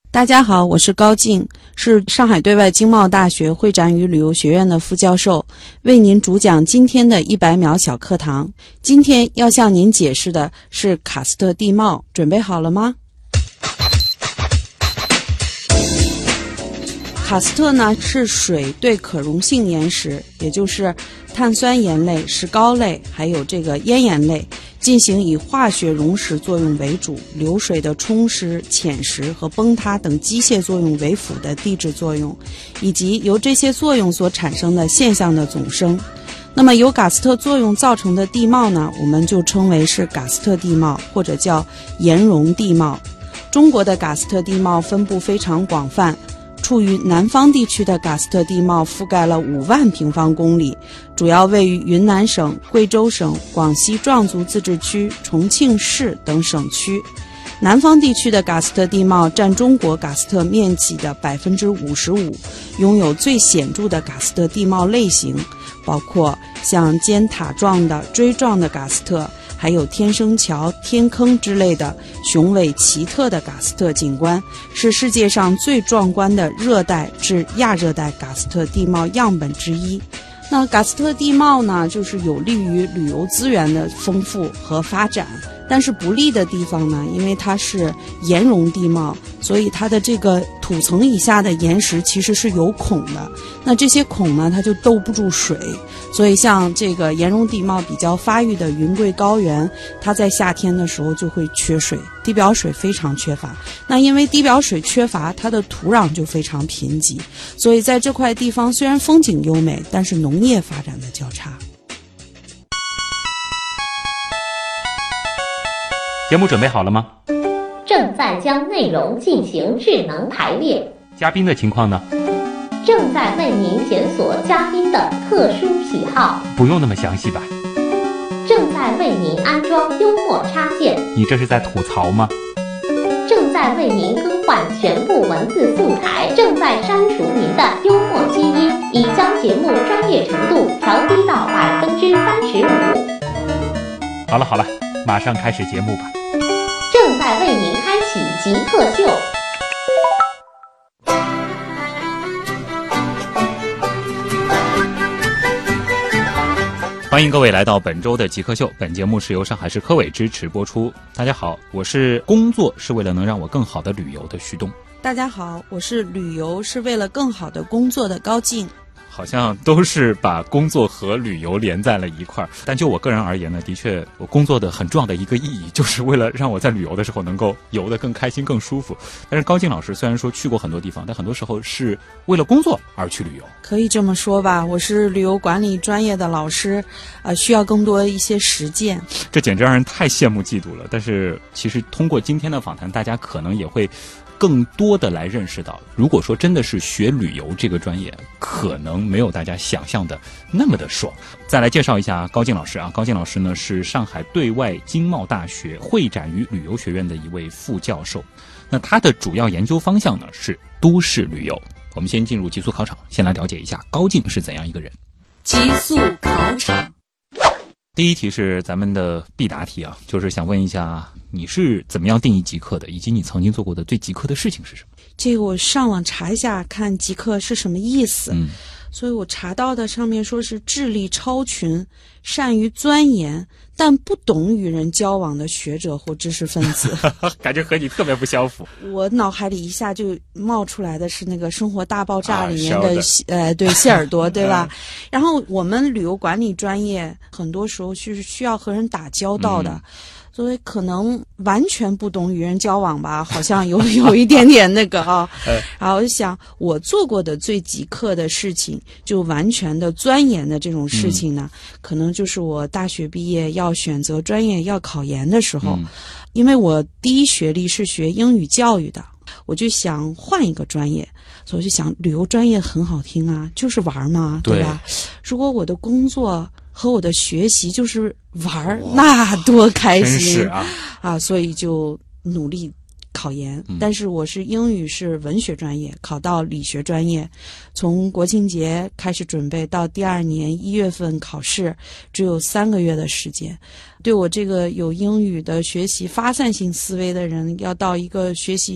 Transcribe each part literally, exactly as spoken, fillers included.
大家好，我是高静，是上海对外经贸大学会展与旅游学院的副教授，为您主讲今天的一百秒小课堂。今天要向您解释的是喀斯特地貌，准备好了吗？喀斯特呢是水对可溶性岩石，也就是碳酸盐类、石膏类还有这个烟盐类进行以化学溶蚀作用为主，流水的冲蚀、侵蚀和崩塌等机械作用为辅的地质作用，以及由这些作用所产生的现象的总称。那么由喀斯特作用造成的地貌呢，我们就称为是喀斯特地貌，或者叫岩溶地貌。中国的喀斯特地貌分布非常广泛，处于南方地区的喀斯特地貌覆盖了五万平方公里，主要位于云南省、贵州省、广西壮族自治区、重庆市等省区。南方地区的喀斯特地貌占中国喀斯特面积的 百分之五十五， 拥有最显著的喀斯特地貌类型，包括像尖塔状的、锥状的喀斯特，还有天生桥、天坑之类的雄伟奇特的喀斯特景观，是世界上最壮观的热带至亚热带喀斯特地貌样本之一。那喀斯特地貌呢，就是有利于旅游资源的丰富和发展，但是不利的地方呢，因为它是岩溶地貌，所以它的这个土层以下的岩石其实是有孔的，那这些孔呢，它就兜不住水，所以像这个岩溶地貌比较发育的云贵高原，它在夏天的时候就会缺水，地表水非常缺乏。那因为地表水缺乏，它的土壤就非常贫瘠，所以在这块地方虽然风景优美，但是农业发展的较差。 节目准备好了吗？ 正在将内容进行智能排列。 嘉宾的情况呢？ 正在为您检索嘉宾的特殊喜好。 不用那么详细吧？ 正在为您安装幽默插件。 你这是在吐槽吗？ 正在为您更换全部文字素材。正在删除您的幽默基因，已将节目专业程度调低到百分之三十五。 好了好了，马上开始节目吧。 正在为您开启极客秀。 欢迎各位来到本周的极客秀，本节目是由上海市科委支持播出。大家好，我是工作是为了能让我更好的旅游的徐东。 大家好，我是旅游是为了更好的工作的高静。 好像都是把工作和旅游连在了一块儿，但就我个人而言呢，的确我工作的很重要的一个意义就是为了让我在旅游的时候能够游得更开心更舒服。但是高静老师虽然说去过很多地方，但很多时候是为了工作而去旅游。 可以这么说吧，我是旅游管理专业的老师，呃，需要更多一些实践。 这简直让人太羡慕嫉妒了。但是其实通过今天的访谈，大家可能也会更多的来认识到，如果说真的是学旅游这个专业，可能没有大家想象的那么的爽。再来介绍一下高静老师啊，高静老师呢是上海对外经贸大学会展与旅游学院的一位副教授。那他的主要研究方向呢是都市旅游。我们先进入极速考场，先来了解一下高静是怎样一个人。 极速考场。 第一题是咱们的必答题啊，就是想问一下你是怎么样定义极客的，以及你曾经做过的最极客的事情是什么？ 这个我上网查一下看极客是什么意思。嗯，所以我查到的上面说是智力超群，善于钻研但不懂与人交往的学者或知识分子。 感觉和你特别不相符。 我脑海里一下就冒出来的是那个《生活大爆炸》里面的、 啊、 呃，对，谢耳朵，对吧？然后我们旅游管理专业很多时候是需要和人打交道的。嗯，所以可能完全不懂与人交往吧，好像有有一点点那个啊。然后我就想，我做过的最极客的事情，就完全的钻研的这种事情呢，嗯、可能就是我大学毕业要选择专业要考研的时候，嗯、因为我第一学历是学英语教育的，我就想换一个专业。所以我就想，旅游专业很好听啊，就是玩嘛，对吧？如果我的工作和我的学习就是玩，那多开心啊！ 啊，所以就努力考研。嗯、但是我是英语是文学专业，考到理学专业，从国庆节开始准备到第二年一月份考试，只有三个月的时间。对我这个有英语的学习发散性思维的人，要到一个学习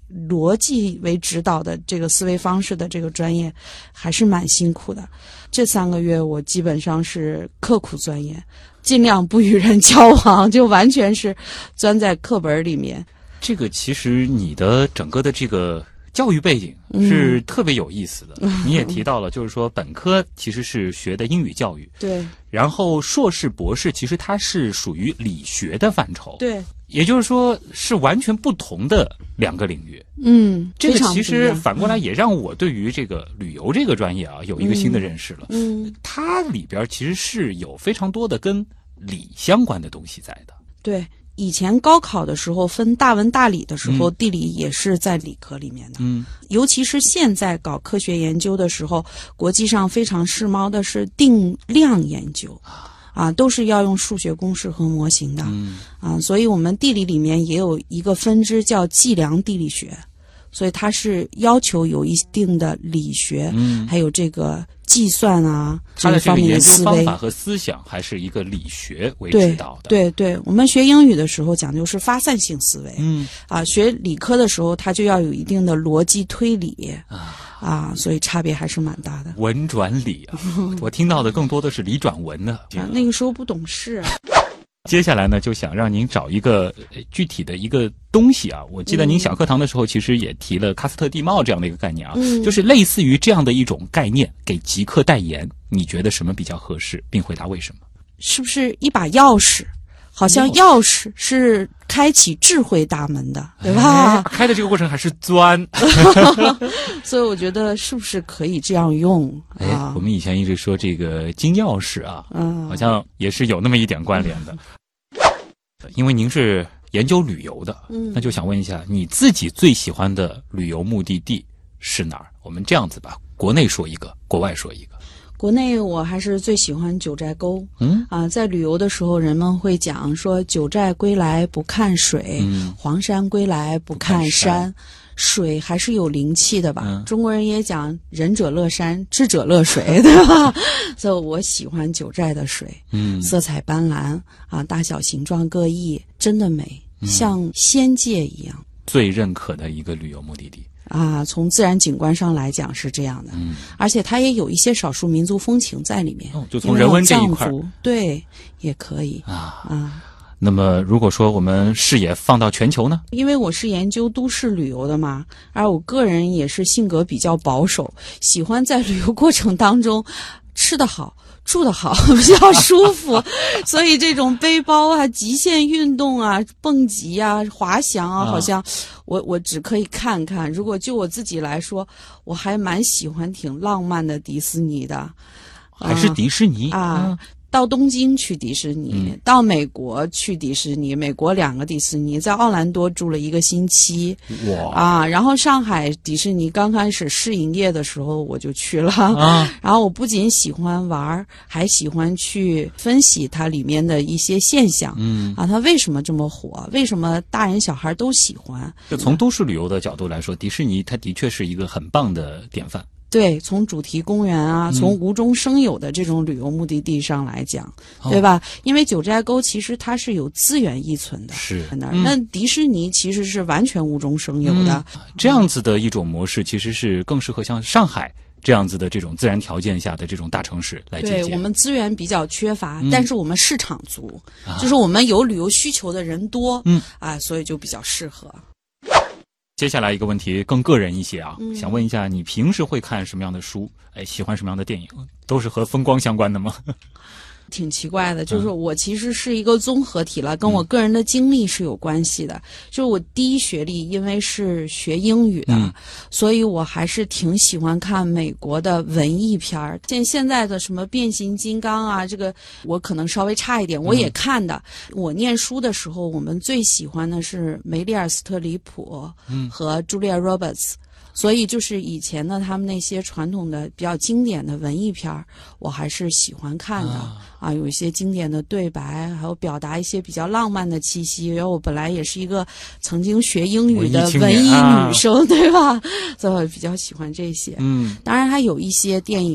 逻辑为指导的这个思维方式的这个专业，还是蛮辛苦的。这三个月我基本上是刻苦钻研，尽量不与人交往，就完全是钻在课本里面。 这个其实你的整个的这个教育背景是特别有意思的。嗯、你也提到了，就是说本科其实是学的英语教育， 对， 然后硕士、博士其实它是属于理学的范畴， 对， 也就是说是完全不同的两个领域。 嗯， 这个其实反过来也让我对于这个旅游这个专业啊有一个新的认识了。 嗯， 它里边其实是有非常多的跟理相关的东西在的。 对。以前高考的时候分大文大理的时候，嗯、地理也是在理科里面的。 嗯， 尤其是现在搞科学研究的时候，国际上非常时髦的是定量研究，啊，都是要用数学公式和模型的。 嗯， 啊，所以我们地理里面也有一个分支叫计量地理学，所以它是要求有一定的理学， 嗯， 还有这个计算啊， 它的这个方面的思维。 研究方法和思想还是一个理学为指导的。 对对对，我们学英语的时候讲究是发散性思维， 嗯啊，学理科的时候它就要有一定的逻辑推理啊啊，所以差别还是蛮大的。 文转理啊，我听到的更多的是理转文呢。 啊，那个时候不懂事啊。 接下来呢，就想让您找一个具体的一个东西啊。我记得您小课堂的时候，其实也提了喀斯特地貌这样的一个概念啊， 嗯、 就是类似于这样的一种概念，给极客代言。你觉得什么比较合适，并回答为什么？ 是不是一把钥匙？好像钥匙是开启智慧大门的，对吧？ 哎、开的这个过程还是钻， 所以我觉得是不是可以这样用啊？ 哎、我们以前一直说这个金钥匙啊， 嗯， 好像也是有那么一点关联的。因为您是研究旅游的， 嗯， 那就想问一下，你自己最喜欢的旅游目的地是哪儿？我们这样子吧，国内说一个，国外说一个。 国内我还是最喜欢九寨沟， 嗯啊，在旅游的时候，人们会讲说九寨归来不看水， 嗯， 黄山归来不看山， 不看山水还是有灵气的吧？ 嗯、 中国人也讲仁者乐山，智者乐水，对吧？所以我喜欢九寨的水， 嗯， 色彩斑斓啊，大小形状各异，真的美， 嗯、 像仙界一样。 最认可的一个旅游目的地。 啊，从自然景观上来讲是这样的， 嗯， 而且它也有一些少数民族风情在里面， 哦，就从人文这一块， 对，也可以啊啊。 那么，如果说我们视野放到全球呢？ 因为我是研究都市旅游的嘛，而我个人也是性格比较保守，喜欢在旅游过程当中吃得好。住得好，比较舒服，所以这种背包啊、极限运动啊、蹦极啊、滑翔啊，好像我我只可以看看。如果就我自己来说，我还蛮喜欢挺浪漫的迪士尼的， 还是迪士尼啊。啊到东京去迪士尼，嗯、到美国去迪士尼，美国两个迪士尼，在奥兰多住了一个星期， 哇啊！然后上海迪士尼刚开始试营业的时候我就去了， 啊！ 然后我不仅喜欢玩，还喜欢去分析它里面的一些现象， 嗯啊，它为什么这么火？为什么大人小孩都喜欢？ 就从都市旅游的角度来说，迪士尼它的确是一个很棒的典范。 对，从主题公园啊， 嗯、 从无中生有的这种旅游目的地上来讲， 哦、 对吧？因为九寨沟其实它是有资源依存的， 是在那儿。 嗯、 那迪士尼其实是完全无中生有的、 嗯，这样子的一种模式，其实是更适合像上海这样子的这种自然条件下的这种大城市来借鉴。 对，我们资源比较缺乏， 嗯、 但是我们市场足， 啊、 就是我们有旅游需求的人多， 嗯啊，所以就比较适合。 接下来一个问题更个人一些啊， 嗯、 想问一下你平时会看什么样的书？哎，喜欢什么样的电影？都是和风光相关的吗？ 挺奇怪的，就是我其实是一个综合体了，嗯、跟我个人的经历是有关系的。就是我第一学历因为是学英语的， 嗯、 所以我还是挺喜欢看美国的文艺片儿。现现在的什么变形金刚啊，这个我可能稍微差一点，我也看的。嗯、我念书的时候，我们最喜欢的是梅丽尔·斯特里普和茱莉亚·罗伯茨。所以就是以前的他们那些传统的比较经典的文艺片儿，我还是喜欢看的 啊, 啊，有一些经典的对白，还有表达一些比较浪漫的气息。因为我本来也是一个曾经学英语的文艺女生， 啊、 对吧？所以我比较喜欢这些。 嗯， 当然还有一些电影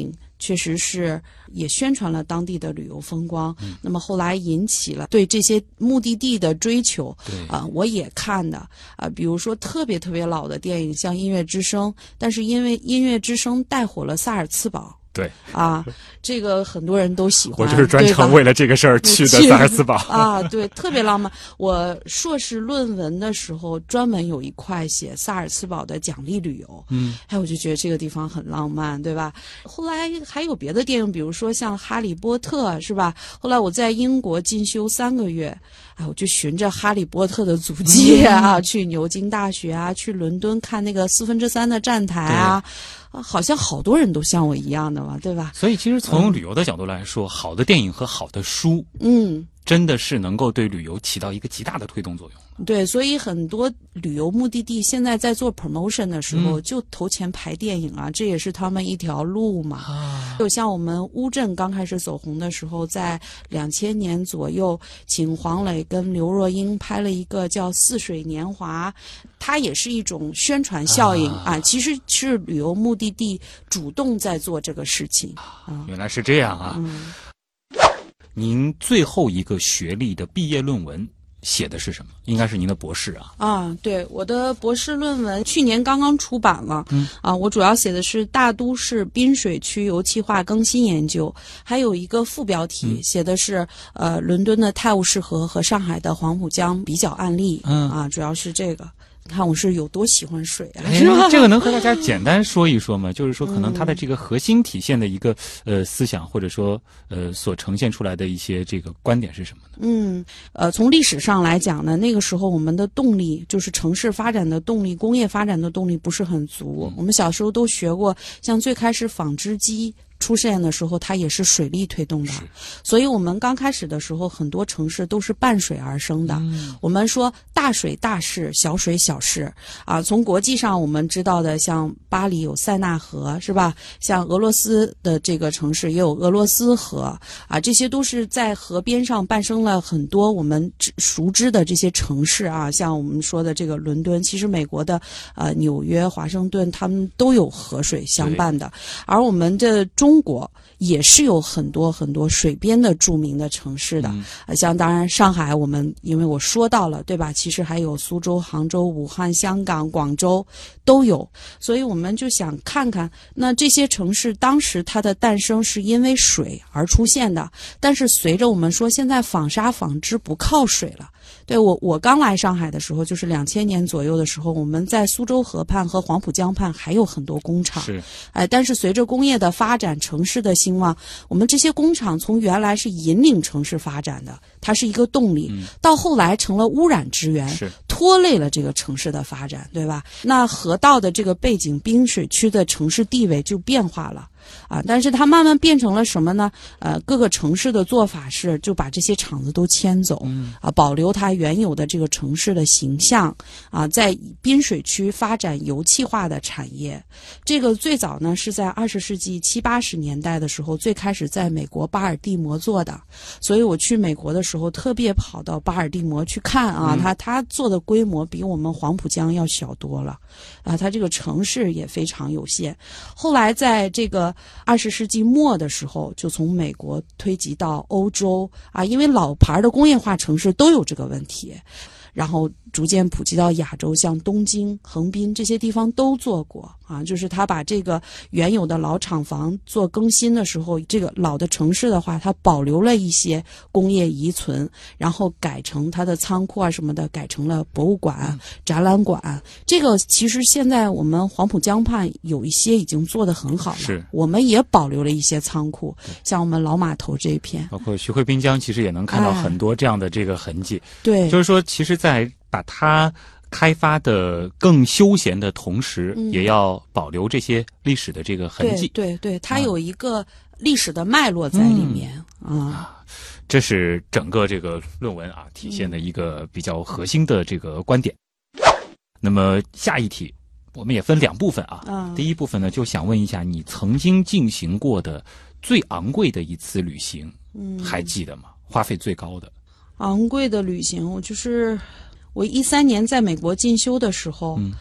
确实是也宣传了当地的旅游风光。嗯、那么后来引起了对这些目的地的追求。 对啊、呃，我也看的啊、呃，比如说特别特别老的电影，像《音乐之声》，但是因为《音乐之声》带火了萨尔茨堡。 对啊，这个很多人都喜欢。 我就是专程为了这个事儿去的萨尔茨堡啊，对，特别浪漫。我硕士论文的时候专门有一块写萨尔茨堡的奖励旅游，嗯，哎，我就觉得这个地方很浪漫，对吧？后来还有别的电影，比如说像《哈利波特》，是吧？后来我在英国进修三个月，哎，我就循着哈利波特的足迹啊，嗯、去牛津大学啊，去伦敦看那个四分之三的站台啊。好像好多人都像我一样的嘛，对吧？ 所以其实从旅游的角度来说，嗯、好的电影和好的书，嗯，真的是能够对旅游起到一个极大的推动作用。 对，所以很多旅游目的地现在在做 promotion 的时候，嗯、就投钱排电影啊，这也是他们一条路嘛。啊、就像我们乌镇刚开始走红的时候，在两千年左右，请黄磊跟刘若英拍了一个叫《似水年华》，它也是一种宣传效应 啊, 啊，其实是旅游目的地主动在做这个事情。啊、 原来是这样啊！嗯、您最后一个学历的毕业论文写的是什么？应该是您的博士啊。 啊，对，我的博士论文去年刚刚出版了。嗯，啊，我主要写的是大都市滨水区油气化更新研究，还有一个副标题、嗯、写的是呃伦敦的泰晤士河和上海的黄浦江比较案例。嗯，啊，主要是这个。看我是有多喜欢水啊！ 哎，这个能和大家简单说一说吗？就是说，可能它的这个核心体现的一个呃思想，或者说呃所呈现出来的一些这个观点是什么呢？ 嗯，呃，从历史上来讲呢，那个时候我们的动力就是城市发展的动力、工业发展的动力不是很足。嗯、我们小时候都学过，像最开始纺织机出现的时候，它也是水力推动的，所以我们刚开始的时候，很多城市都是伴水而生的。嗯、我们说大水大市，小水小市啊。从国际上我们知道的，像巴黎有塞纳河，是吧？像俄罗斯的这个城市也有俄罗斯河啊，这些都是在河边上诞生了很多我们熟知的这些城市啊。像我们说的这个伦敦，其实美国的呃纽约、华盛顿，他们都有河水相伴的，而我们的中中国也是有很多很多水边的著名的城市的，嗯呃、像当然上海，我们因为我说到了，对吧？其实还有苏州、杭州、武汉、香港、广州都有，所以我们就想看看，那这些城市当时它的诞生是因为水而出现的，但是随着我们说现在纺纱纺织不靠水了。对，我我刚来上海的时候，就是两千年左右的时候，我们在苏州河畔和黄浦江畔还有很多工厂。是，哎，但是随着工业的发展，城市的兴旺，我们这些工厂从原来是引领城市发展的，它是一个动力，嗯、到后来成了污染之源，是拖累了这个城市的发展，对吧？那河道的这个背景，滨水区的城市地位就变化了。啊，但是它慢慢变成了什么呢？呃，各个城市的做法是就把这些厂子都迁走，嗯、啊，保留它原有的这个城市的形象，啊，在滨水区发展油气化的产业。这个最早呢是在二十世纪七八十年代的时候，最开始在美国巴尔的摩做的。所以我去美国的时候，特别跑到巴尔的摩去看啊，嗯、它它做的规模比我们黄浦江要小多了，啊，它这个城市也非常有限。后来在这个二十世纪末的时候，就从美国推及到欧洲啊，因为老牌的工业化城市都有这个问题，然后逐渐普及到亚洲，像东京、横滨这些地方都做过啊。就是他把这个原有的老厂房做更新的时候，这个老的城市的话，它保留了一些工业遗存，然后改成它的仓库啊什么的，改成了博物馆、嗯、展览馆。这个其实现在我们黄浦江畔有一些已经做得很好了，是我们也保留了一些仓库，像我们老码头这一片， 包括徐汇滨江，其实也能看到很多这样的这个痕迹。哎、 对， 就是说，其实在把它开发的更休闲的同时，嗯、也要保留这些历史的这个痕迹。 对对对，它有一个历史的脉络在里面、嗯、啊。 这是整个这个论文啊体现的一个比较核心的这个观点。嗯、那么下一题，我们也分两部分啊。嗯、第一部分呢，就想问一下你曾经进行过的最昂贵的一次旅行，嗯，还记得吗？花费最高的。昂贵的旅行，我就是我一三年在美国进修的时候，嗯、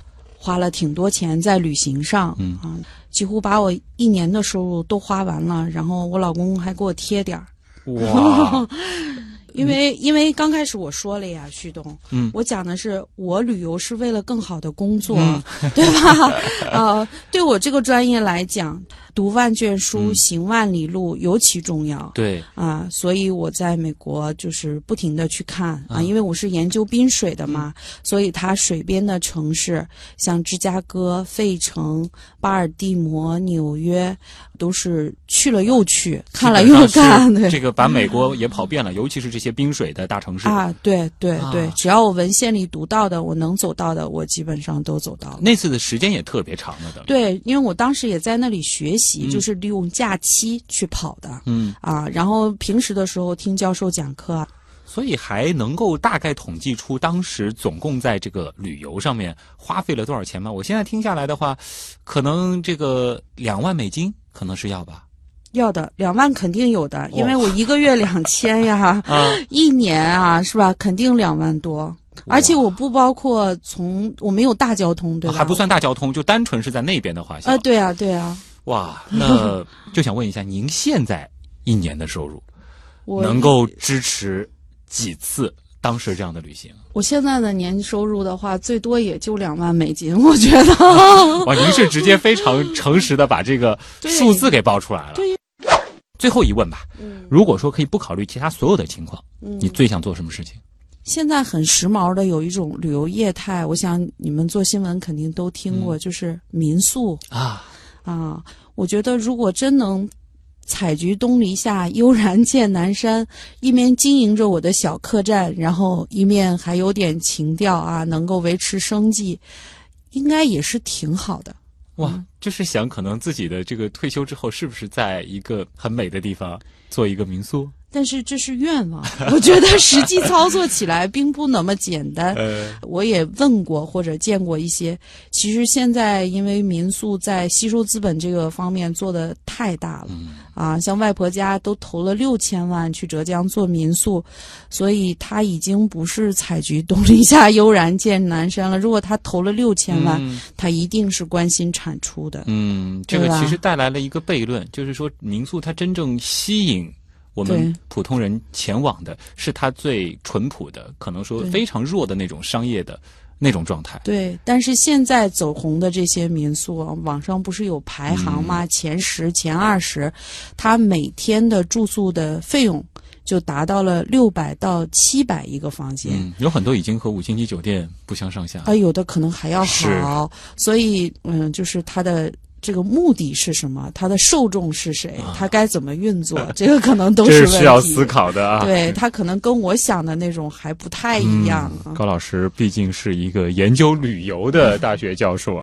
花了挺多钱在旅行上， 嗯啊，几乎把我一年的收入都花完了，然后我老公还给我贴点儿。 哇， 因为因为刚开始我说了呀，旭东， 嗯， 我讲的是我旅游是为了更好的工作，嗯、对吧？呃，对我这个专业来讲，读万卷书， 嗯、 行万里路尤其重要。 对啊、呃，所以我在美国就是不停的去看啊、呃，因为我是研究滨水的嘛，嗯、所以它水边的城市，像芝加哥、费城、巴尔的摩、纽约，都是去了又去，看了又看。对， 这个把美国也跑遍了，尤其是这些滨水的大城市啊，对对对，啊、只要我文献里读到的，我能走到的，我基本上都走到了。 那次的时间也特别长了的。 对，因为我当时也在那里学习，嗯、就是利用假期去跑的。嗯啊，然后平时的时候听教授讲课。 所以还能够大概统计出当时总共在这个旅游上面花费了多少钱吗？我现在听下来的话，可能这个两万美金可能是要吧。 要的，两万肯定有的，因为我一个月两千呀，哦、一年啊，是吧？肯定两万多，而且我不包括从我没有大交通，对吧？ 还不算大交通，就单纯是在那边的花销。 啊、呃，对啊，对啊。 哇，那就想问一下，您现在一年的收入能够支持几次当时这样的旅行？ 我现在的年收入的话，最多也就两万美金，我觉得。 哇，您是直接非常诚实的把这个数字给报出来了。 对。 最后一问吧，嗯、如果说可以不考虑其他所有的情况，嗯、你最想做什么事情？ 现在很时髦的有一种旅游业态，我想你们做新闻肯定都听过，嗯、就是民宿啊啊！我觉得如果真能采菊东篱下，悠然见南山，一面经营着我的小客栈，然后一面还有点情调啊，能够维持生计，应该也是挺好的。 哇，就是想可能自己的这个退休之后，是不是在一个很美的地方做一个民宿？ 但是这是愿望，我觉得实际操作起来并不那么简单。呃、我也问过或者见过一些，其实现在因为民宿在吸收资本这个方面做得太大了，嗯、啊，像外婆家都投了六千万去浙江做民宿，所以他已经不是采菊东篱下，悠然见南山了。如果他投了六千万，嗯、他一定是关心产出的。 嗯，这个其实带来了一个悖论，就是说民宿它真正吸引我们普通人前往的是它最淳朴的，可能说非常弱的那种商业的那种状态。 对，但是现在走红的这些民宿啊，网上不是有排行吗？嗯、前十、前二十，它每天的住宿的费用就达到了六百到七百一个房间。 嗯，有很多已经和五星级酒店不相上下。 啊，有的可能还要好。所以，嗯，就是它的。这个目的是什么？它的受众是谁？它该怎么运作？这个可能都是问题， 这是需要思考的啊。 对，它可能跟我想的那种还不太一样。 嗯、高老师毕竟是一个研究旅游的大学教授。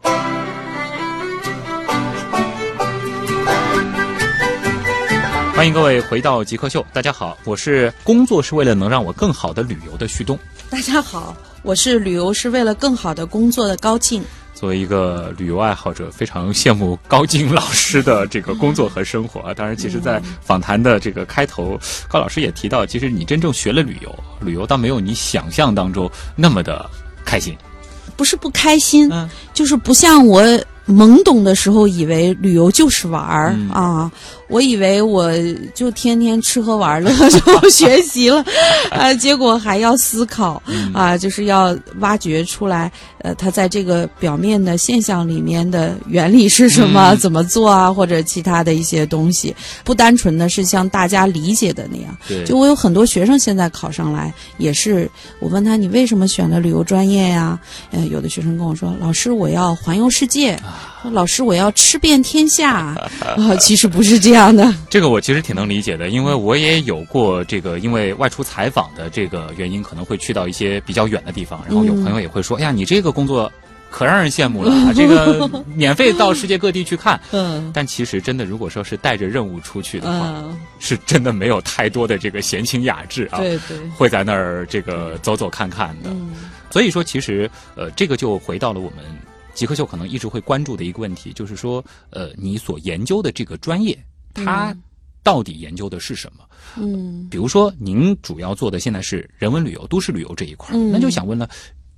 欢迎各位回到极客秀，大家好，我是工作是为了能让我更好的旅游的旭东。 大家好，我是旅游是为了更好的工作的高静。 作为一个旅游爱好者，非常羡慕高静老师的这个工作和生活啊。当然，其实，在访谈的这个开头，高老师也提到，其实你真正学了旅游，旅游倒没有你想象当中那么的开心。 不是不开心， 嗯、 就是不像我懵懂的时候以为旅游就是玩儿、嗯、啊，我以为我就天天吃喝玩乐就学习了啊，结果还要思考、嗯、啊，就是要挖掘出来呃，它在这个表面的现象里面的原理是什么、嗯、怎么做啊，或者其他的一些东西，不单纯的是像大家理解的那样。 对， 就我有很多学生现在考上来也是，我问他你为什么选了旅游专业呀？呃，有的学生跟我说，老师我要环游世界，老师我要吃遍天下啊，其实不是这样的。 这个我其实挺能理解的，因为我也有过这个因为外出采访的这个原因，可能会去到一些比较远的地方，然后有朋友也会说、嗯、哎呀你这个工作可让人羡慕了、啊、这个免费到世界各地去看。嗯，但其实真的如果说是带着任务出去的话、嗯、是真的没有太多的这个闲情雅致啊， 对对， 会在那儿这个走走看看的。嗯，所以说其实呃这个就回到了我们极客秀可能一直会关注的一个问题，就是说呃你所研究的这个专业它到底研究的是什么？嗯，比如说您主要做的现在是人文旅游、都市旅游这一块、嗯、那就想问了，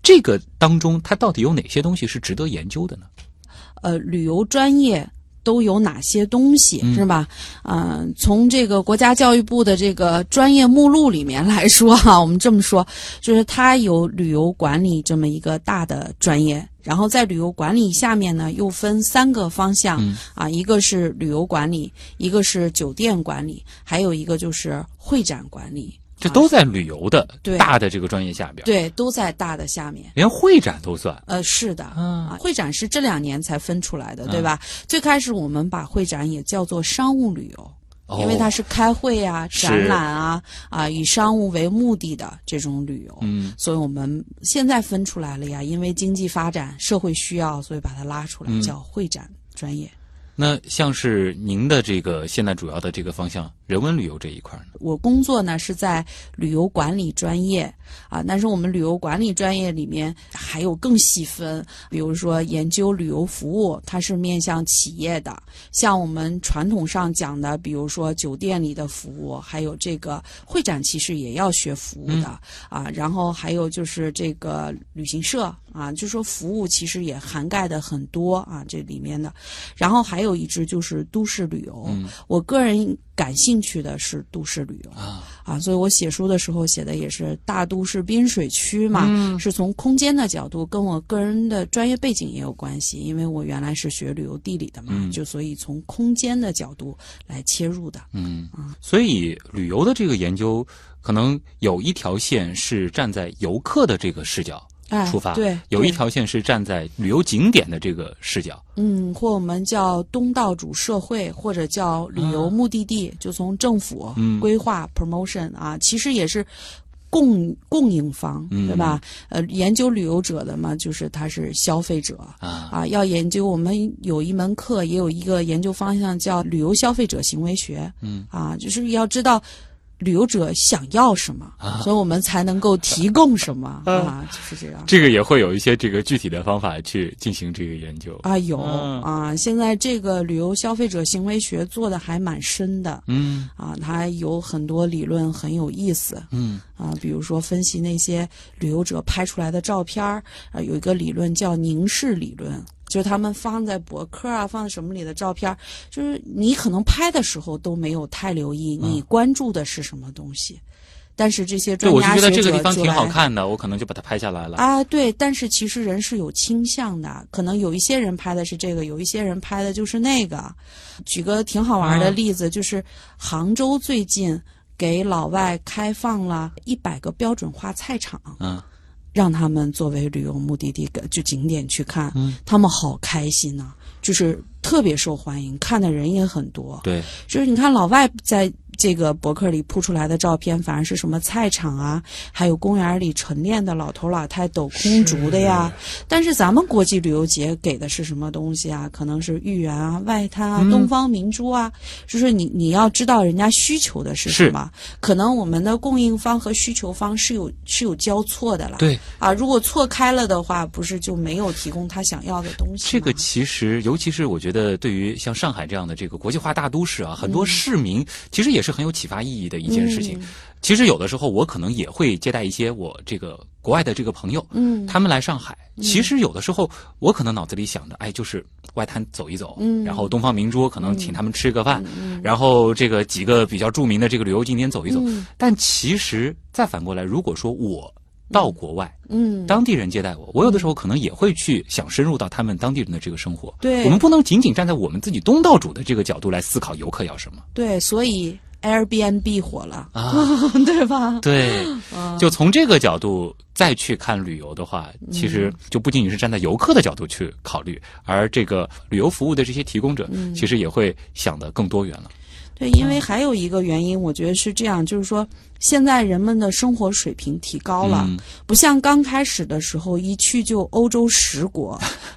这个当中它到底有哪些东西是值得研究的呢？ 呃，旅游专业都有哪些东西、嗯、是吧？嗯、呃，从这个国家教育部的这个专业目录里面来说哈、啊，我们这么说，就是它有旅游管理这么一个大的专业，然后在旅游管理下面呢，又分三个方向、嗯、啊，一个是旅游管理，一个是酒店管理，还有一个就是会展管理。 这都在旅游的大的这个专业下边， 对，都在大的下面， 连会展都算。 呃，是的，嗯、啊，会展是这两年才分出来的，对吧？嗯、最开始我们把会展也叫做商务旅游，哦、因为它是开会啊、展览啊啊，以商务为目的的这种旅游，嗯，所以我们现在分出来了呀，因为经济发展、社会需要，所以把它拉出来、嗯、叫会展专业。 那像是您的这个现在主要的这个方向人文旅游这一块呢？ 我工作呢是在旅游管理专业啊，但是我们旅游管理专业里面还有更细分，比如说研究旅游服务，它是面向企业的，像我们传统上讲的，比如说酒店里的服务，还有这个会展其实也要学服务的、嗯、啊，然后还有就是这个旅行社啊，就说服务其实也涵盖的很多啊，这里面的，然后还有一支就是都市旅游、嗯、我个人感兴趣的是都市旅游啊，啊，所以我写书的时候写的也是大都市滨水区嘛、嗯、是从空间的角度，跟我个人的专业背景也有关系，因为我原来是学旅游地理的嘛、嗯、就所以从空间的角度来切入的。 嗯啊，所以旅游的这个研究可能有一条线是站在游客的这个视角出发、哎、 对， 有一条线是站在旅游景点的这个视角， 嗯，或我们叫东道主社会，或者叫旅游目的地、嗯、就从政府规划、嗯、promotion 啊，其实也是供供应方，对吧？嗯、呃，研究旅游者的嘛，就是他是消费者啊啊，要研究，我们有一门课，也有一个研究方向叫旅游消费者行为学，嗯啊，就是要知道旅游者想要什么、啊、所以我们才能够提供什么、啊、啊，就是这样。 这个也会有一些这个具体的方法去进行这个研究啊，有、嗯、啊，现在这个旅游消费者行为学做的还蛮深的，嗯啊，它有很多理论很有意思，嗯啊，比如说分析那些旅游者拍出来的照片啊，有一个理论叫凝视理论。就是他们放在博客啊，放在什么里的照片，就是你可能拍的时候都没有太留意你关注的是什么东西，嗯、但是这些专家学者对，我就觉得这个地方挺好看的，我可能就把它拍下来了啊。对，但是其实人是有倾向的，可能有一些人拍的是这个，有一些人拍的就是那个。举个挺好玩的例子，嗯、就是杭州最近给老外开放了一百个标准化菜场，嗯。让他们作为旅游目的地就景点去看、嗯、他们好开心啊，就是特别受欢迎，看的人也很多。对，就是你看老外在这个博客里铺出来的照片，反而是什么菜场啊，还有公园里晨练的老头老太抖空竹的呀。是，但是咱们国际旅游节给的是什么东西啊？可能是豫园啊、外滩啊、嗯、东方明珠啊，就是你你要知道人家需求的是什么。可能我们的供应方和需求方是有是有交错的了。对啊，如果错开了的话，不是就没有提供他想要的东西吗？ 这个其实，尤其是我觉得，对于像上海这样的这个国际化大都市啊，很多市民其实也是很有启发意义的一件事情。嗯、其实有的时候我可能也会接待一些我这个国外的这个朋友，嗯，他们来上海，嗯、其实有的时候我可能脑子里想的，哎，就是外滩走一走，嗯，然后东方明珠可能请他们吃个饭，嗯，然后这个几个比较著名的这个旅游景点走一走。嗯、但其实再反过来，如果说我到国外，嗯，当地人接待我，我有的时候可能也会去想深入到他们当地人的这个生活。对，我们不能仅仅站在我们自己东道主的这个角度来思考游客要什么。 对，所以 Airbnb 火了啊，对吧？ 对，就从这个角度再去看旅游的话，其实就不仅仅是站在游客的角度去考虑，而这个旅游服务的这些提供者，其实也会想得更多元了。 对，因为还有一个原因，我觉得是这样，就是说现在人们的生活水平提高了，嗯、不像刚开始的时候一去就欧洲十国，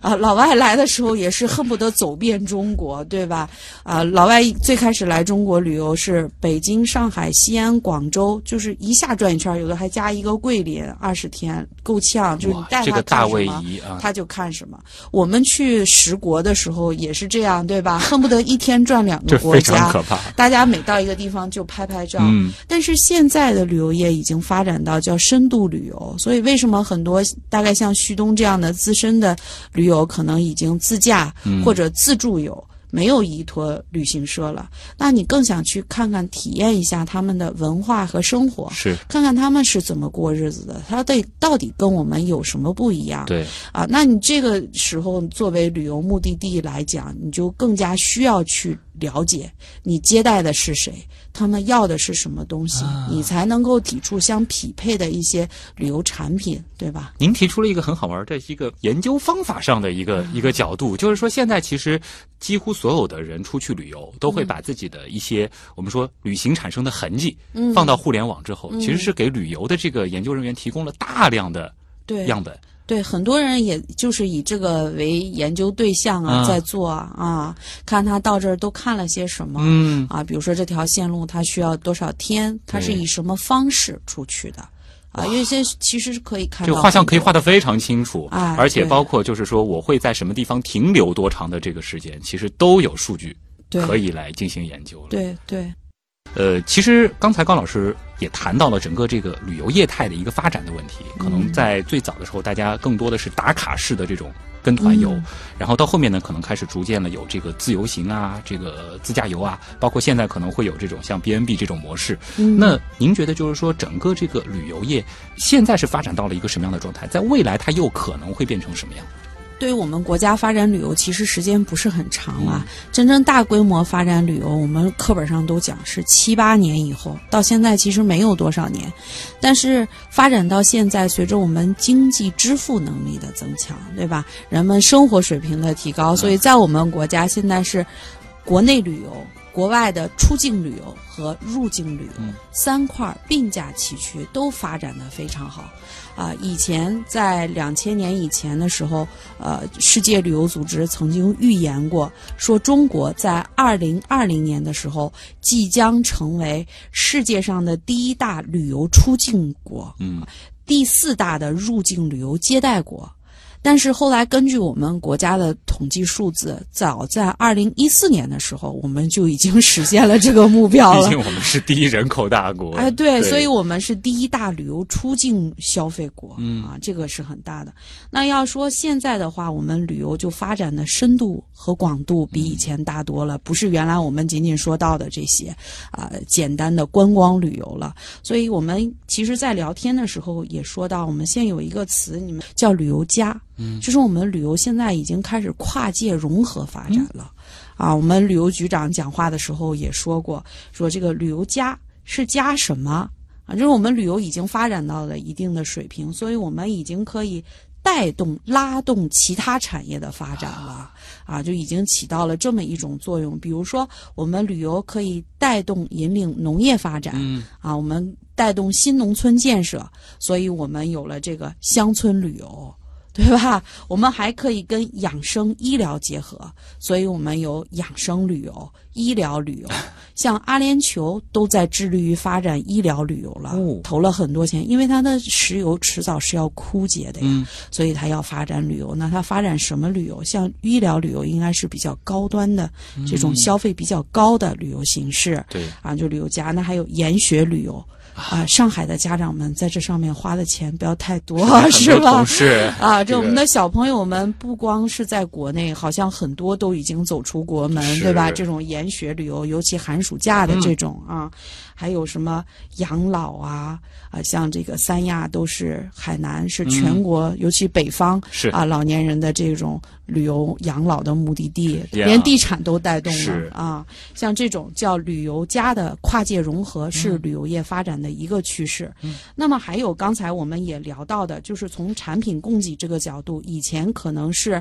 啊，老外来的时候也是恨不得走遍中国，对吧？啊，老外最开始来中国旅游是北京、上海、西安、广州，就是一下转一圈，有的还加一个桂林，二十天够呛，就是你带他这个大位看什么， 移啊， 他就看什么。我们去十国的时候也是这样，对吧？恨不得一天转两个这非国家， 常可怕。 大家每到一个地方就拍拍照。 嗯， 但是现在的旅游业已经发展到叫深度旅游，所以为什么很多大概像旭东这样的资深的旅游可能已经自驾或者自助游，没有依托旅行社了，那你更想去看看体验一下他们的文化和生活， 是看看他们是怎么过日子的，他的到底跟我们有什么不一样？ 对啊，那你这个时候作为旅游目的地来讲，你就更加需要去了解你接待的是谁，他们要的是什么东西，啊、你才能够提出相匹配的一些旅游产品，对吧？ 您提出了一个很好玩的一个研究方法上的一个、嗯、一个角度，就是说现在其实几乎所有的人出去旅游都会把自己的一些、嗯、我们说旅行产生的痕迹、嗯、放到互联网之后、嗯、其实是给旅游的这个研究人员提供了大量的样本。 对，很多人也就是以这个为研究对象啊，啊在做啊，看他到这儿都看了些什么，嗯啊，比如说这条线路它需要多少天，它是以什么方式出去的。啊，因为这其实是可以看到这个画像可以画得非常清楚， 哎、 而且包括就是说我会在什么地方停留多长的这个时间，其实都有数据可以来进行研究了。 对对。 呃，其实刚才高老师也谈到了整个这个旅游业态的一个发展的问题。可能在最早的时候，大家更多的是打卡式的这种跟团游，嗯、然后到后面呢，可能开始逐渐的有这个自由行啊，这个自驾游啊，包括现在可能会有这种像 B and B 这种模式。嗯、那您觉得就是说，整个这个旅游业现在是发展到了一个什么样的状态？在未来它又可能会变成什么样？ 对于我们国家发展旅游，其实时间不是很长了。嗯、真正大规模发展旅游，我们课本上都讲是七八年以后，到现在其实没有多少年。但是发展到现在，随着我们经济支付能力的增强，对吧？人们生活水平的提高，所以在我们国家现在是国内旅游、国外的出境旅游和入境旅游、嗯、三块并驾齐驱，都发展得非常好。啊、呃，以前在两千年以前的时候，呃，世界旅游组织曾经预言过，说中国在二零二零年的时候即将成为世界上的第一大旅游出境国，嗯，第四大的入境旅游接待国。但是后来根据我们国家的统计数字，早在二零一四年的时候，我们就已经实现了这个目标了。 毕竟我们是第一人口大国。 哎，对，对，所以我们是第一大旅游出境消费国，嗯啊，这个是很大的。那要说现在的话，我们旅游就发展的深度和广度比以前大多了，不是原来我们仅仅说到的这些啊、呃、简单的观光旅游了。所以我们其实在聊天的时候也说到，我们现在有一个词，你们叫旅游家。嗯，就是我们旅游现在已经开始跨界融合发展了，嗯、啊，我们旅游局长讲话的时候也说过，说这个旅游加是加什么啊？就是我们旅游已经发展到了一定的水平，所以我们已经可以带动拉动其他产业的发展了，啊，就已经起到了这么一种作用。比如说，我们旅游可以带动引领农业发展，嗯、啊，我们带动新农村建设，所以我们有了这个乡村旅游。对吧？我们还可以跟养生医疗结合，所以我们有养生旅游、医疗旅游。像阿联酋都在致力于发展医疗旅游了，哦、投了很多钱，因为它的石油迟早是要枯竭的呀，嗯、所以它要发展旅游。那它发展什么旅游？像医疗旅游应该是比较高端的，嗯、这种消费比较高的旅游形式。对啊，就旅游家。那还有研学旅游。啊，上海的家长们在这上面花的钱不要太多，是吧？ 是啊，这我们的小朋友们不光是在国内，好像很多都已经走出国门，对吧？这种研学旅游，尤其寒暑假的这种、嗯、啊，还有什么养老啊啊，像这个三亚都是海南是全国，嗯、尤其北方是啊老年人的这种旅游养老的目的地， yeah, 连地产都带动了啊。像这种叫旅游加的跨界融合，是旅游业发展的的一个趋势。嗯，那么还有刚才我们也聊到的，就是从产品供给这个角度，以前可能是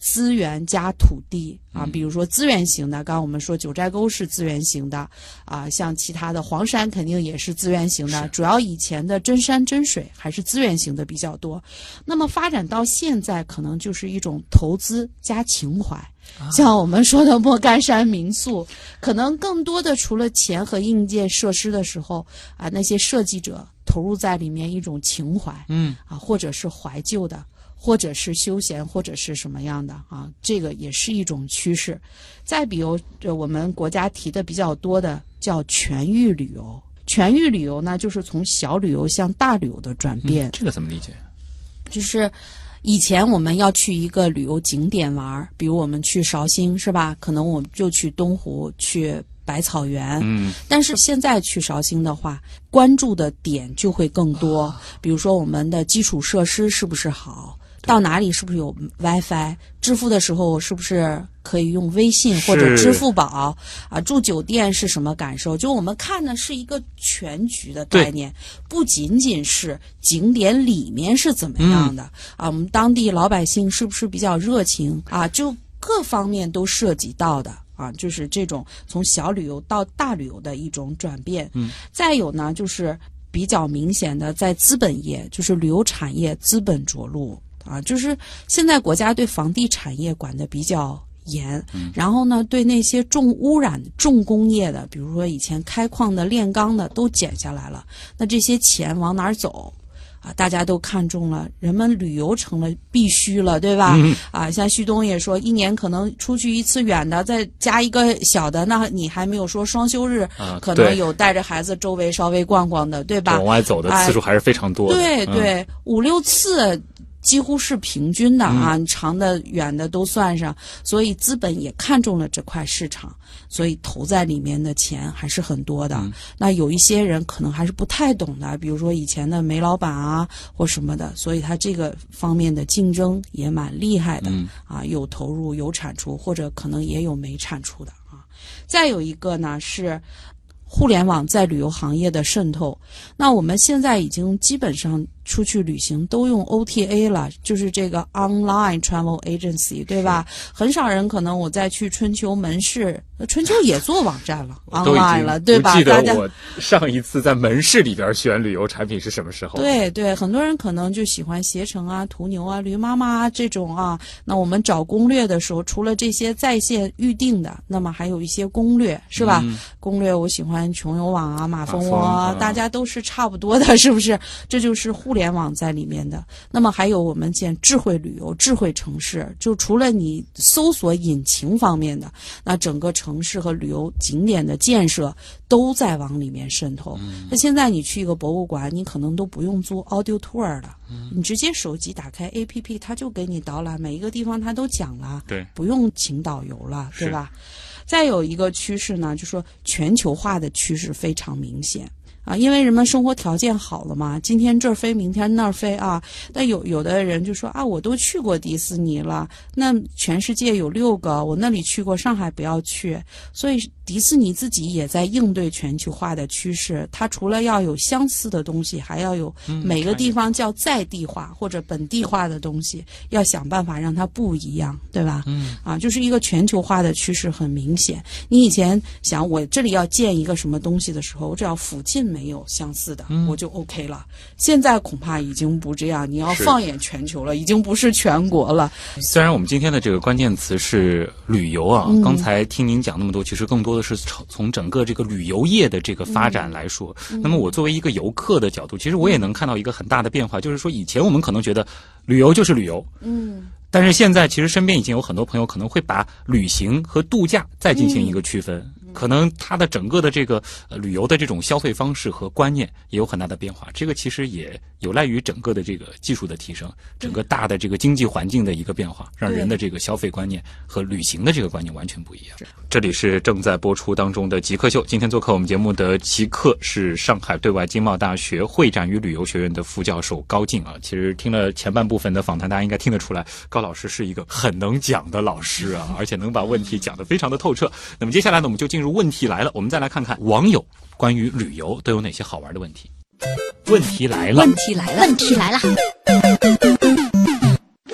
资源加土地啊，比如说资源型的，刚刚我们说九寨沟是资源型的啊，像其他的黄山肯定也是资源型的，主要以前的真山真水还是资源型的比较多。那么发展到现在，可能就是一种投资加情怀。像我们说的莫干山民宿，可能更多的除了钱和硬件设施的时候啊，那些设计者投入在里面一种情怀，嗯啊，或者是怀旧的，或者是休闲，或者是什么样的啊，这个也是一种趋势。再比如我们国家提的比较多的叫全域旅游，全域旅游呢，就是从小旅游向大旅游的转变。 嗯、这个怎么理解？ 就是以前我们要去一个旅游景点玩，比如我们去绍兴是吧？可能我们就去东湖，去百草园。嗯，但是现在去绍兴的话，关注的点就会更多，哦、比如说我们的基础设施是不是好？到哪里是不是有 WiFi？ 支付的时候是不是可以用微信或者支付宝？啊，住酒店是什么感受？就我们看的是一个全局的概念，不仅仅是景点里面是怎么样的、嗯、啊，我们当地老百姓是不是比较热情啊？就各方面都涉及到的。啊，就是这种从小旅游到大旅游的一种转变。嗯，再有呢，就是比较明显的在资本业，就是旅游产业资本着陆。啊，就是现在国家对房地产业管得比较严，嗯、然后呢，对那些重污染、重工业的，比如说以前开矿的、炼钢的，都减下来了。那这些钱往哪儿走？啊，大家都看中了，人们旅游成了必须了，对吧？嗯、啊，像旭东也说，一年可能出去一次远的，再加一个小的，那你还没有说双休日，啊、可能有带着孩子周围稍微逛逛的，对吧？ 往外走的次数还是非常多的。 对对，嗯、五六次。几乎是平均的啊， 嗯、 长的、远的都算上，所以资本也看中了这块市场，所以投在里面的钱还是很多的。嗯、那有一些人可能还是不太懂的，比如说以前的煤老板啊或什么的，所以他这个方面的竞争也蛮厉害的、嗯、啊，有投入有产出，或者可能也有没产出的啊。再有一个呢是互联网在旅游行业的渗透，那我们现在已经基本上出去旅行都用 O T A 了，就是这个 Online Travel Agency， 对吧？很少人可能我再去春秋门市，春秋也做网站了，online 了，对吧？ 我记得我上一次在门市里边选旅游产品是什么时候？ 对对，很多人可能就喜欢携程啊、途牛啊、驴妈妈啊这种啊。那我们找攻略的时候，除了这些在线预定的，那么还有一些攻略，是吧？嗯、攻略我喜欢穷游网啊、马蜂窝啊，大家都是差不多的，是不是？这就是互联网在里面的。那么还有我们讲智慧旅游、智慧城市，就除了你搜索引擎方面的，那整个城市和旅游景点的建设都在往里面渗透。嗯、那现在你去一个博物馆，你可能都不用租 audio tour 了，嗯、你直接手机打开 A P P， 它就给你导览，每一个地方它都讲了， 对， 不用请导游了，对吧？再有一个趋势呢，就说全球化的趋势非常明显。啊，因为人们生活条件好了嘛，今天这儿飞，明天那儿飞啊。但有有的人就说啊，我都去过迪士尼了，那全世界有六个，我那里去过，上海不要去。所以迪士尼自己也在应对全球化的趋势，它除了要有相似的东西，还要有每个地方叫在地化或者本地化的东西，要想办法让它不一样，对吧？嗯，啊，就是一个全球化的趋势很明显。你以前想我这里要建一个什么东西的时候，我只要附近没有相似的，嗯、我就 OK 了。现在恐怕已经不这样，你要放眼全球了，已经不是全国了。 虽然我们今天的这个关键词是旅游啊，嗯、刚才听您讲那么多，其实更多的是从整个这个旅游业的这个发展来说。嗯、那么我作为一个游客的角度，其实我也能看到一个很大的变化，就是说以前我们可能觉得旅游就是旅游，嗯。但是现在其实身边已经有很多朋友可能会把旅行和度假再进行一个区分，嗯、可能它的整个的这个、呃、旅游的这种消费方式和观念也有很大的变化。这个其实也有赖于整个的这个技术的提升，整个大的这个经济环境的一个变化，让人的这个消费观念和旅行的这个观念完全不一样。这里是正在播出当中的极客秀，今天做客我们节目的极客是上海对外经贸大学会展与旅游学院的副教授高进啊。其实听了前半部分的访谈，大家应该听得出来，高老师是一个很能讲的老师啊，而且能把问题讲得非常的透彻。那么接下来呢，我们就进入问题来了，我们再来看看网友关于旅游都有哪些好玩的问题。问题来了， 问题来了，问题来了。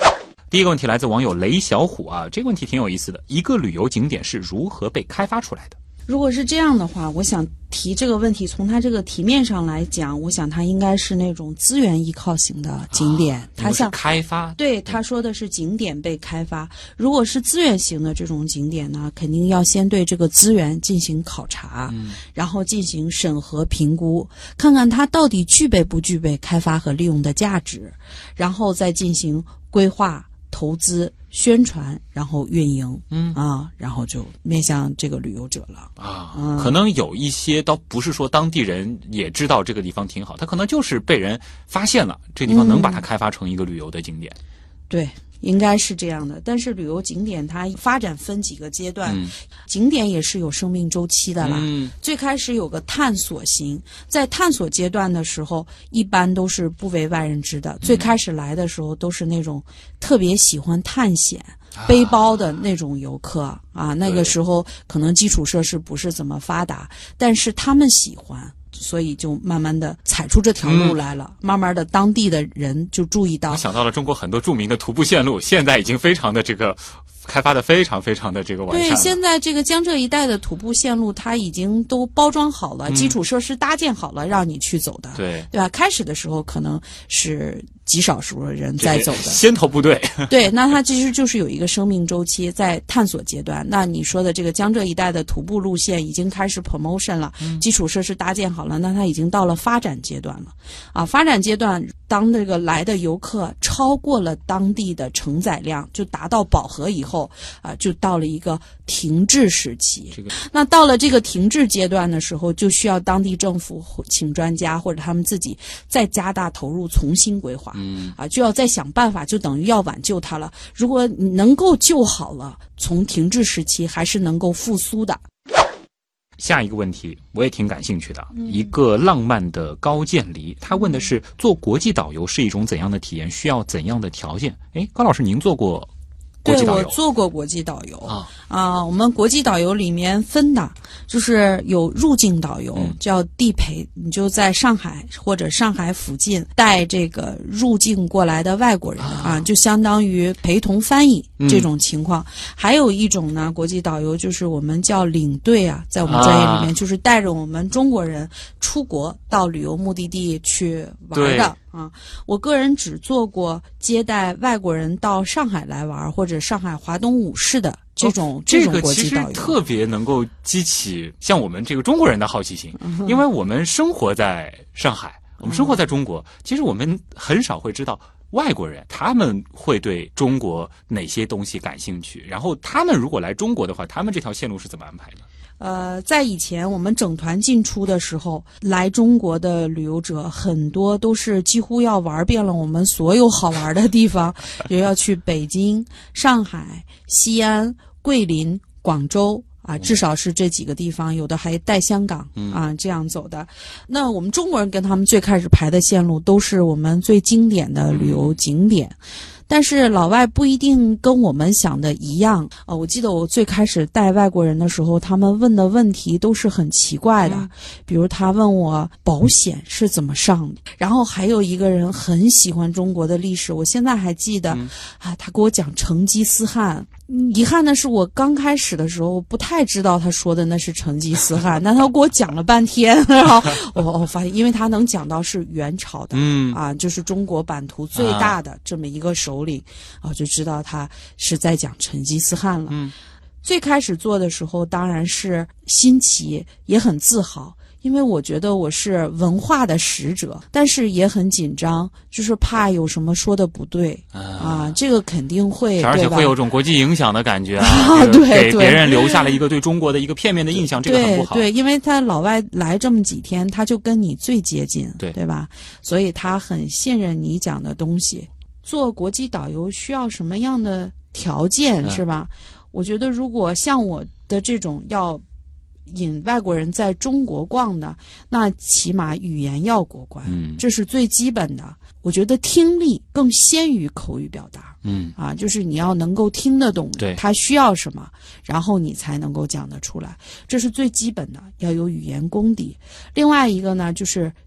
第一个问题来自网友雷小虎啊，这个问题挺有意思的，一个旅游景点是如何被开发出来的？ 如果是这样的话，我想提这个问题，从它这个题面上来讲，我想它应该是那种资源依靠型的景点。 啊、 它像开发， 对，他说的是景点被开发。如果是资源型的这种景点呢，肯定要先对这个资源进行考察， 嗯、 然后进行审核评估，看看它到底具备不具备开发和利用的价值，然后再进行规划、投资、宣传，然后运营， 嗯啊，然后就面向这个旅游者了啊、 嗯。 可能有一些倒不是说当地人也知道这个地方挺好，他可能就是被人发现了这个地方能把它开发成一个旅游的景点。 嗯、对。应该是这样的，但是旅游景点它发展分几个阶段， 嗯、 景点也是有生命周期的啦。 嗯、 最开始有个探索型，在探索阶段的时候，一般都是不为外人知的。嗯、最开始来的时候都是那种特别喜欢探险、啊、背包的那种游客啊，那个时候可能基础设施不是怎么发达，但是他们喜欢。所以就慢慢的踩出这条路来了、嗯、慢慢的当地的人就注意到， 我想到了中国很多著名的徒步线路，现在已经非常的这个开发的非常非常的这个完善了。 对，现在这个江浙一带的徒步线路它已经都包装好了、嗯、基础设施搭建好了让你去走的， 对对吧？开始的时候可能是极少数的人在走的先头部队对，那它其实就是有一个生命周期，在探索阶段。那你说的这个江浙一带的徒步路线已经开始 promotion 了、嗯、基础设施搭建好了，那它已经到了发展阶段了啊！发展阶段当这个来的游客超过了当地的承载量，就达到饱和以后啊，就到了一个停滞时期、这个、那到了这个停滞阶段的时候，就需要当地政府请专家或者他们自己再加大投入重新规划嗯啊，就要再想办法，就等于要挽救它了。如果你能够救好了，从停滞时期还是能够复苏的。 下一个问题我也挺感兴趣的、嗯、一个浪漫的高渐离，他问的是做国际导游是一种怎样的体验，需要怎样的条件？哎，高老师您做过国际导游？ 对，我做过国际导游啊啊，我们国际导游里面分的就是有入境导游、嗯、叫地陪，你就在上海或者上海附近带这个入境过来的外国人 啊, 啊，就相当于陪同翻译这种情况、嗯、还有一种呢，国际导游就是我们叫领队啊，在我们专业里面、啊、就是带着我们中国人出国到旅游目的地去玩的啊。我个人只做过接待外国人到上海来玩或者上海华东五市的这种、哦、这种国际导游， 这个其实特别能够激起像我们这个中国人的好奇心、嗯、因为我们生活在上海，我们生活在中国、嗯、其实我们很少会知道外国人他们会对中国哪些东西感兴趣，然后他们如果来中国的话，他们这条线路是怎么安排的？ 呃，在以前我们整团进出的时候，来中国的旅游者很多都是几乎要玩遍了我们所有好玩的地方，也要去北京、上海、西安、桂林、广州啊，至少是这几个地方，有的还带香港啊这样走的。那我们中国人跟他们最开始排的线路都是我们最经典的旅游景点。但是老外不一定跟我们想的一样啊、呃！我记得我最开始带外国人的时候，他们问的问题都是很奇怪的，嗯、比如他问我保险是怎么上的，然后还有一个人很喜欢中国的历史，我现在还记得、嗯、啊，他给我讲成吉思汗。遗憾的是，我刚开始的时候不太知道他说的那是成吉思汗，但他给我讲了半天，然后我我发现，因为他能讲到是元朝的， 嗯啊，就是中国版图最大的这么一个首领，啊，就知道他是在讲成吉思汗了。 嗯， 最开始做的时候当然是新奇，也很自豪。因为我觉得我是文化的使者，但是也很紧张，就是怕有什么说的不对、嗯、啊，这个肯定会， 而且会有种国际影响的感觉啊， 啊对， 给别人留下了一个对中国的一个片面的印象，这个很不好。 对，对，因为他老外来这么几天，他就跟你最接近， 对对吧？所以他很信任你讲的东西。做国际导游需要什么样的条件、嗯、是吧？我觉得如果像我的这种要引外国人在中国逛的，那起码语言要过关， 嗯， 这是最基本的。我觉得听力更先于口语表达， 嗯啊，就是你要能够听得懂他需要什么，然后你才能够讲得出来，这是最基本的，要有语言功底。另外一个呢，就是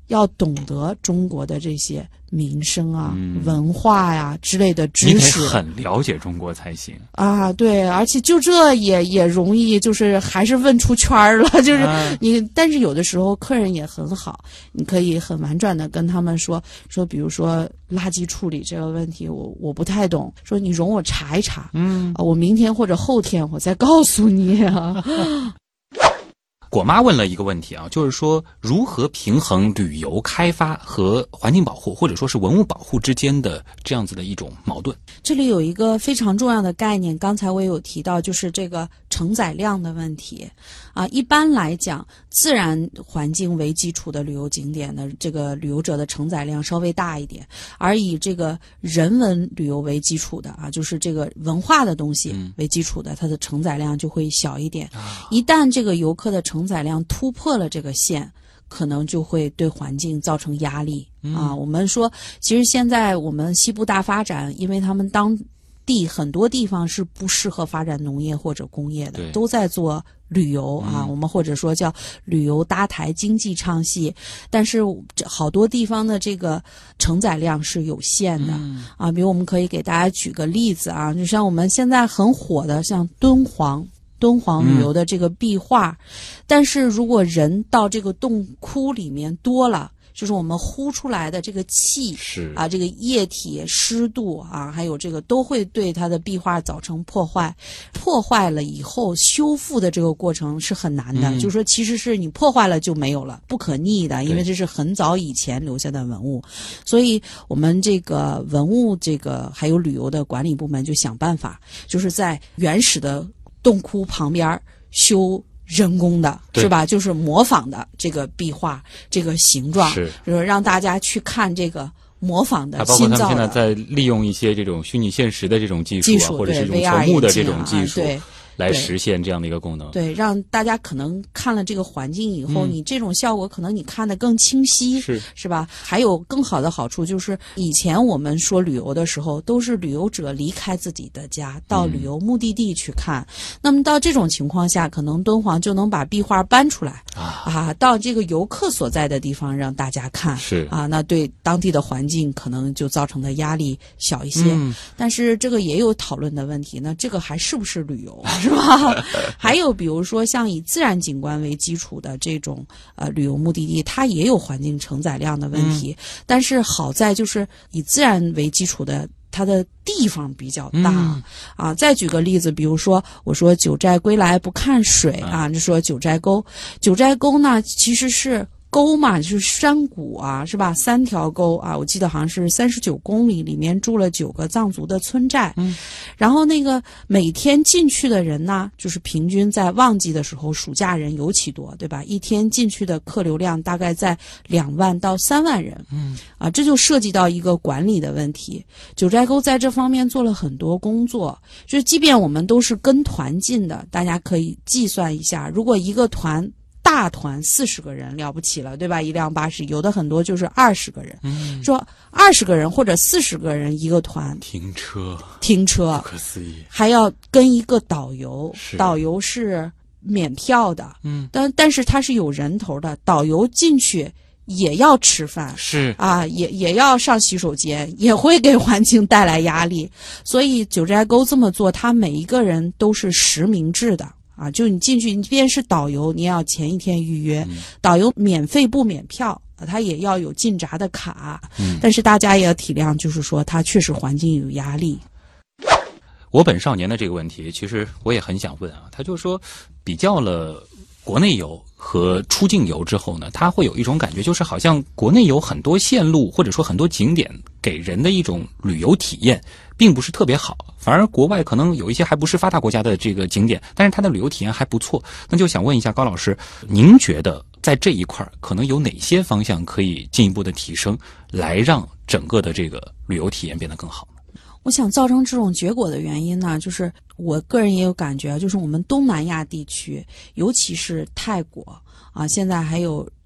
要懂得中国的这些民生啊、 嗯、 文化呀、啊、之类的知识， 你得很了解中国才行啊。对，而且就这也也容易，就是还是问出圈了。就是你，啊、但是有的时候客人也很好，你可以很婉转的跟他们说说，比如说垃圾处理这个问题，我我不太懂，说你容我查一查，嗯，啊、我明天或者后天我再告诉你啊。 果妈问了一个问题啊，就是说如何平衡旅游开发和环境保护或者说是文物保护之间的这样子的一种矛盾。 这里有一个非常重要的概念，刚才我也有提到，就是这个承载量的问题啊。一般来讲，自然环境为基础的旅游景点的这个旅游者的承载量稍微大一点，而以这个人文旅游为基础的啊，就是这个文化的东西为基础的，它的承载量就会小一点。一旦这个游客的承载量突破了这个线，可能就会对环境造成压力、嗯、啊。我们说，其实现在我们西部大发展，因为他们当地很多地方是不适合发展农业或者工业的，都在做旅游啊、嗯。我们或者说叫旅游搭台经济唱戏，但是好多地方的这个承载量是有限的、嗯、啊。比如我们可以给大家举个例子啊，就像我们现在很火的像敦煌。敦煌旅游的这个壁画、嗯、但是如果人到这个洞窟里面多了，就是我们呼出来的这个气是啊，这个液体湿度啊，还有这个都会对它的壁画造成破坏。破坏了以后修复的这个过程是很难的、嗯、就是说其实是你破坏了就没有了，不可逆的，因为这是很早以前留下的文物。所以我们这个文物这个还有旅游的管理部门就想办法，就是在原始的洞窟旁边修人工的，是吧？就是模仿的这个壁画这个形状， 是就是让大家去看这个模仿的新造的。 包括他们现在在利用一些这种虚拟现实的这种技术啊， 技术或者是这种球幕的这种技术，对。来实现这样的一个功能， 对，让大家可能看了这个环境以后、嗯、你这种效果可能你看得更清晰， 是是吧？还有更好的好处就是，以前我们说旅游的时候，都是旅游者离开自己的家到旅游目的地去看、嗯、那么到这种情况下，可能敦煌就能把壁画搬出来 啊, 啊，到这个游客所在的地方让大家看， 是啊，那对当地的环境可能就造成的压力小一些、嗯、但是这个也有讨论的问题，那这个还是不是旅游是吧？还有比如说像以自然景观为基础的这种呃旅游目的地，它也有环境承载量的问题、嗯、但是好在就是以自然为基础的它的地方比较大、嗯、啊。再举个例子，比如说我说九寨归来不看水啊，就说九寨沟。九寨沟呢其实是沟嘛，就是山谷啊，是吧？三条沟啊，我记得好像是三十九公里，里面住了九个藏族的村寨。嗯，然后那个每天进去的人呢，就是平均在旺季的时候，暑假人尤其多，对吧？一天进去的客流量大概在两万到三万人。嗯，啊，这就涉及到一个管理的问题。九寨沟在这方面做了很多工作，就是即便我们都是跟团进的，大家可以计算一下，如果一个团。大团四十个人了不起了，对吧？一辆巴士有的很多就是二十个人，嗯，说二十个人或者四十个人一个团， 停车， 停车， 不可思议， 还要跟一个导游，导游是免票的，嗯，但但是他是有人头的，导游进去也要吃饭， 是啊，也也要上洗手间，也会给环境带来压力。所以九寨沟这么做，他每一个人都是实名制的。啊，就你进去，你即便是导游，你也要前一天预约。嗯、导游免费不免票，他也要有进闸的卡。嗯，但是大家也要体谅，就是说他确实环境有压力。 我本少年的这个问题，其实我也很想问啊，他就说比较了国内游和出境游之后呢，他会有一种感觉，就是好像国内有很多线路或者说很多景点给人的一种旅游体验并不是特别好，反而国外可能有一些还不是发达国家的这个景点，但是它的旅游体验还不错。那就想问一下高老师，您觉得在这一块可能有哪些方向可以进一步的提升，来让整个的这个旅游体验变得更好呢？ 我想造成这种结果的原因呢，就是我个人也有感觉，就是我们东南亚地区，尤其是泰国啊，现在还有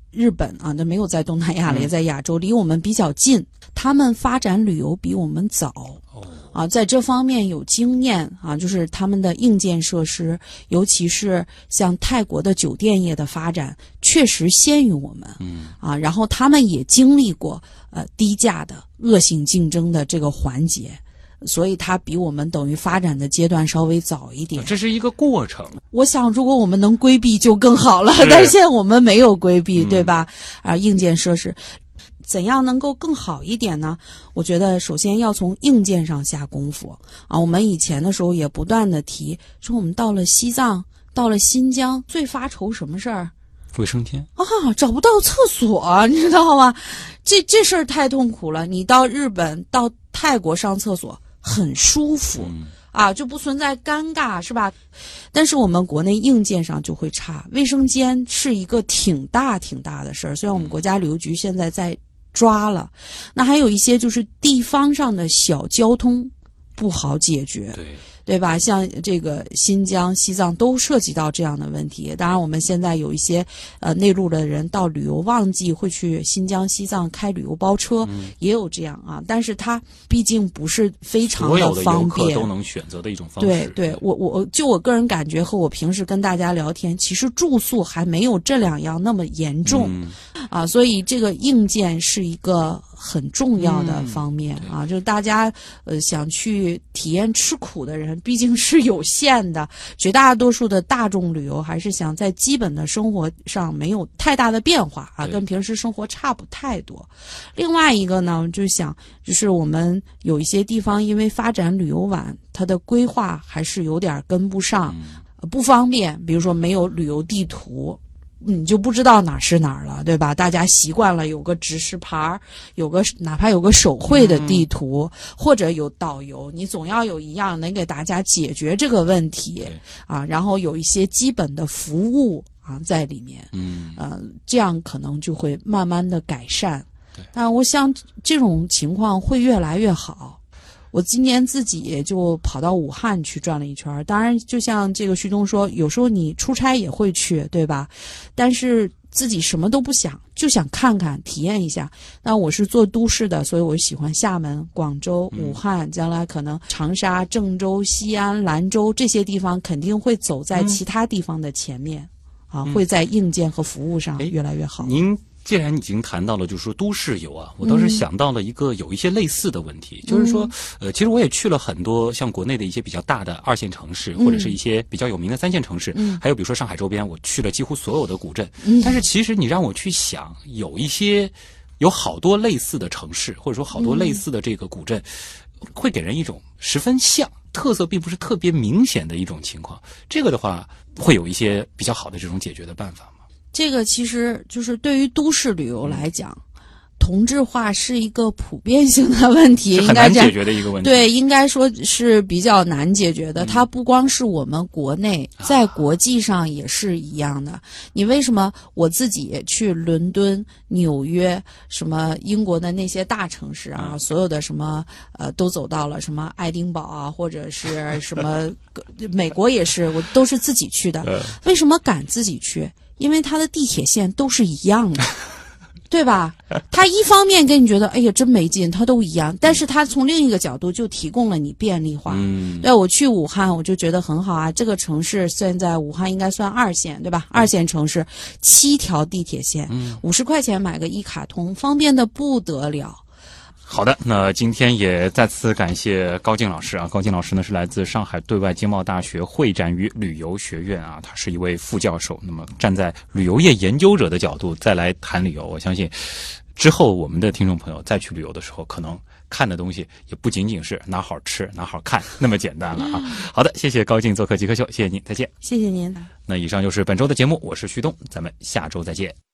日本啊，那没有在东南亚了，也在亚洲，离我们比较近，他们发展旅游比我们早。啊，在这方面有经验啊，就是他们的硬件设施，尤其是像泰国的酒店业的发展，确实先于我们。嗯，啊，然后他们也经历过呃低价的恶性竞争的这个环节，所以它比我们等于发展的阶段稍微早一点。 这是一个过程。 我想，如果我们能规避就更好了，但是现在我们没有规避，对吧？啊，硬件设施。怎样能够更好一点呢？我觉得首先要从硬件上下功夫啊。我们以前的时候也不断的提，说我们到了西藏，到了新疆，最发愁什么事儿？ 卫生间啊，找不到厕所，你知道吗？这这事儿太痛苦了。你到日本、到泰国上厕所很舒服。嗯啊，就不存在尴尬，是吧？但是我们国内硬件上就会差，卫生间是一个挺大挺大的事儿。虽然我们国家旅游局现在在抓了，那还有一些就是地方上的小交通不好解决，对对吧？像这个新疆、西藏都涉及到这样的问题。当然，我们现在有一些呃内陆的人到旅游旺季会去新疆、西藏开旅游包车，嗯、也有这样啊。但是它毕竟不是非常的方便， 所有的游客都能选择的一种方式。 对对，我我就我个人感觉和我平时跟大家聊天，其实住宿还没有这两样那么严重、嗯、啊，所以这个硬件是一个很重要的方面、嗯、啊，就是大家呃想去体验吃苦的人毕竟是有限的，绝大多数的大众旅游还是想在基本的生活上没有太大的变化啊，跟平时生活差不太多。另外一个呢，就想就是我们有一些地方因为发展旅游晚，它的规划还是有点跟不上、嗯、不方便，比如说没有旅游地图，你就不知道哪儿是哪儿了，对吧？大家习惯了有个指示牌，有个哪怕有个手绘的地图、嗯、或者有导游，你总要有一样能给大家解决这个问题啊，然后有一些基本的服务啊在里面，嗯，呃，这样可能就会慢慢的改善。但我想这种情况会越来越好。我今年自己就跑到武汉去转了一圈，当然就像这个徐东说，有时候你出差也会去，对吧？但是自己什么都不想，就想看看体验一下。那我是做都市的，所以我喜欢厦门、广州、武汉，将来可能长沙、郑州、西安、兰州这些地方肯定会走在其他地方的前面、嗯、啊，会在硬件和服务上越来越好。 您既然已经谈到了就是说都市游啊，我倒是想到了一个有一些类似的问题、嗯、就是说呃，其实我也去了很多像国内的一些比较大的二线城市、嗯、或者是一些比较有名的三线城市、嗯、还有比如说上海周边，我去了几乎所有的古镇、嗯、但是其实你让我去想，有一些有好多类似的城市，或者说好多类似的这个古镇、嗯、会给人一种十分像，特色并不是特别明显的一种情况。这个的话会有一些比较好的这种解决的办法吗？ 这个其实就是对于都市旅游来讲、嗯、同质化是一个普遍性的问题， 是很难解决的一个问题。 对，应该说是比较难解决的、嗯、它不光是我们国内，在国际上也是一样的、啊、你为什么我自己也去伦敦、纽约，什么英国的那些大城市啊、嗯、所有的什么呃都走到了，什么爱丁堡啊，或者是什么美国也是，我都是自己去的、嗯、为什么敢自己去？因为它的地铁线都是一样的，对吧？它一方面给你觉得哎呀真没劲，它都一样，但是它从另一个角度就提供了你便利化。嗯，对，我去武汉我就觉得很好啊，这个城市现在武汉应该算二线，对吧？二线城市七条地铁线，五十块钱买个一卡通，方便的不得了。 好的，那今天也再次感谢高静老师啊。高静老师呢是来自上海对外经贸大学会展与旅游学院啊，他是一位副教授。那么站在旅游业研究者的角度再来谈旅游，我相信之后我们的听众朋友再去旅游的时候，可能看的东西也不仅仅是哪好吃哪好看那么简单了啊。好的，谢谢高静做客极客秀，谢谢您，再见。 谢谢您。 那以上就是本周的节目，我是徐东，咱们下周再见。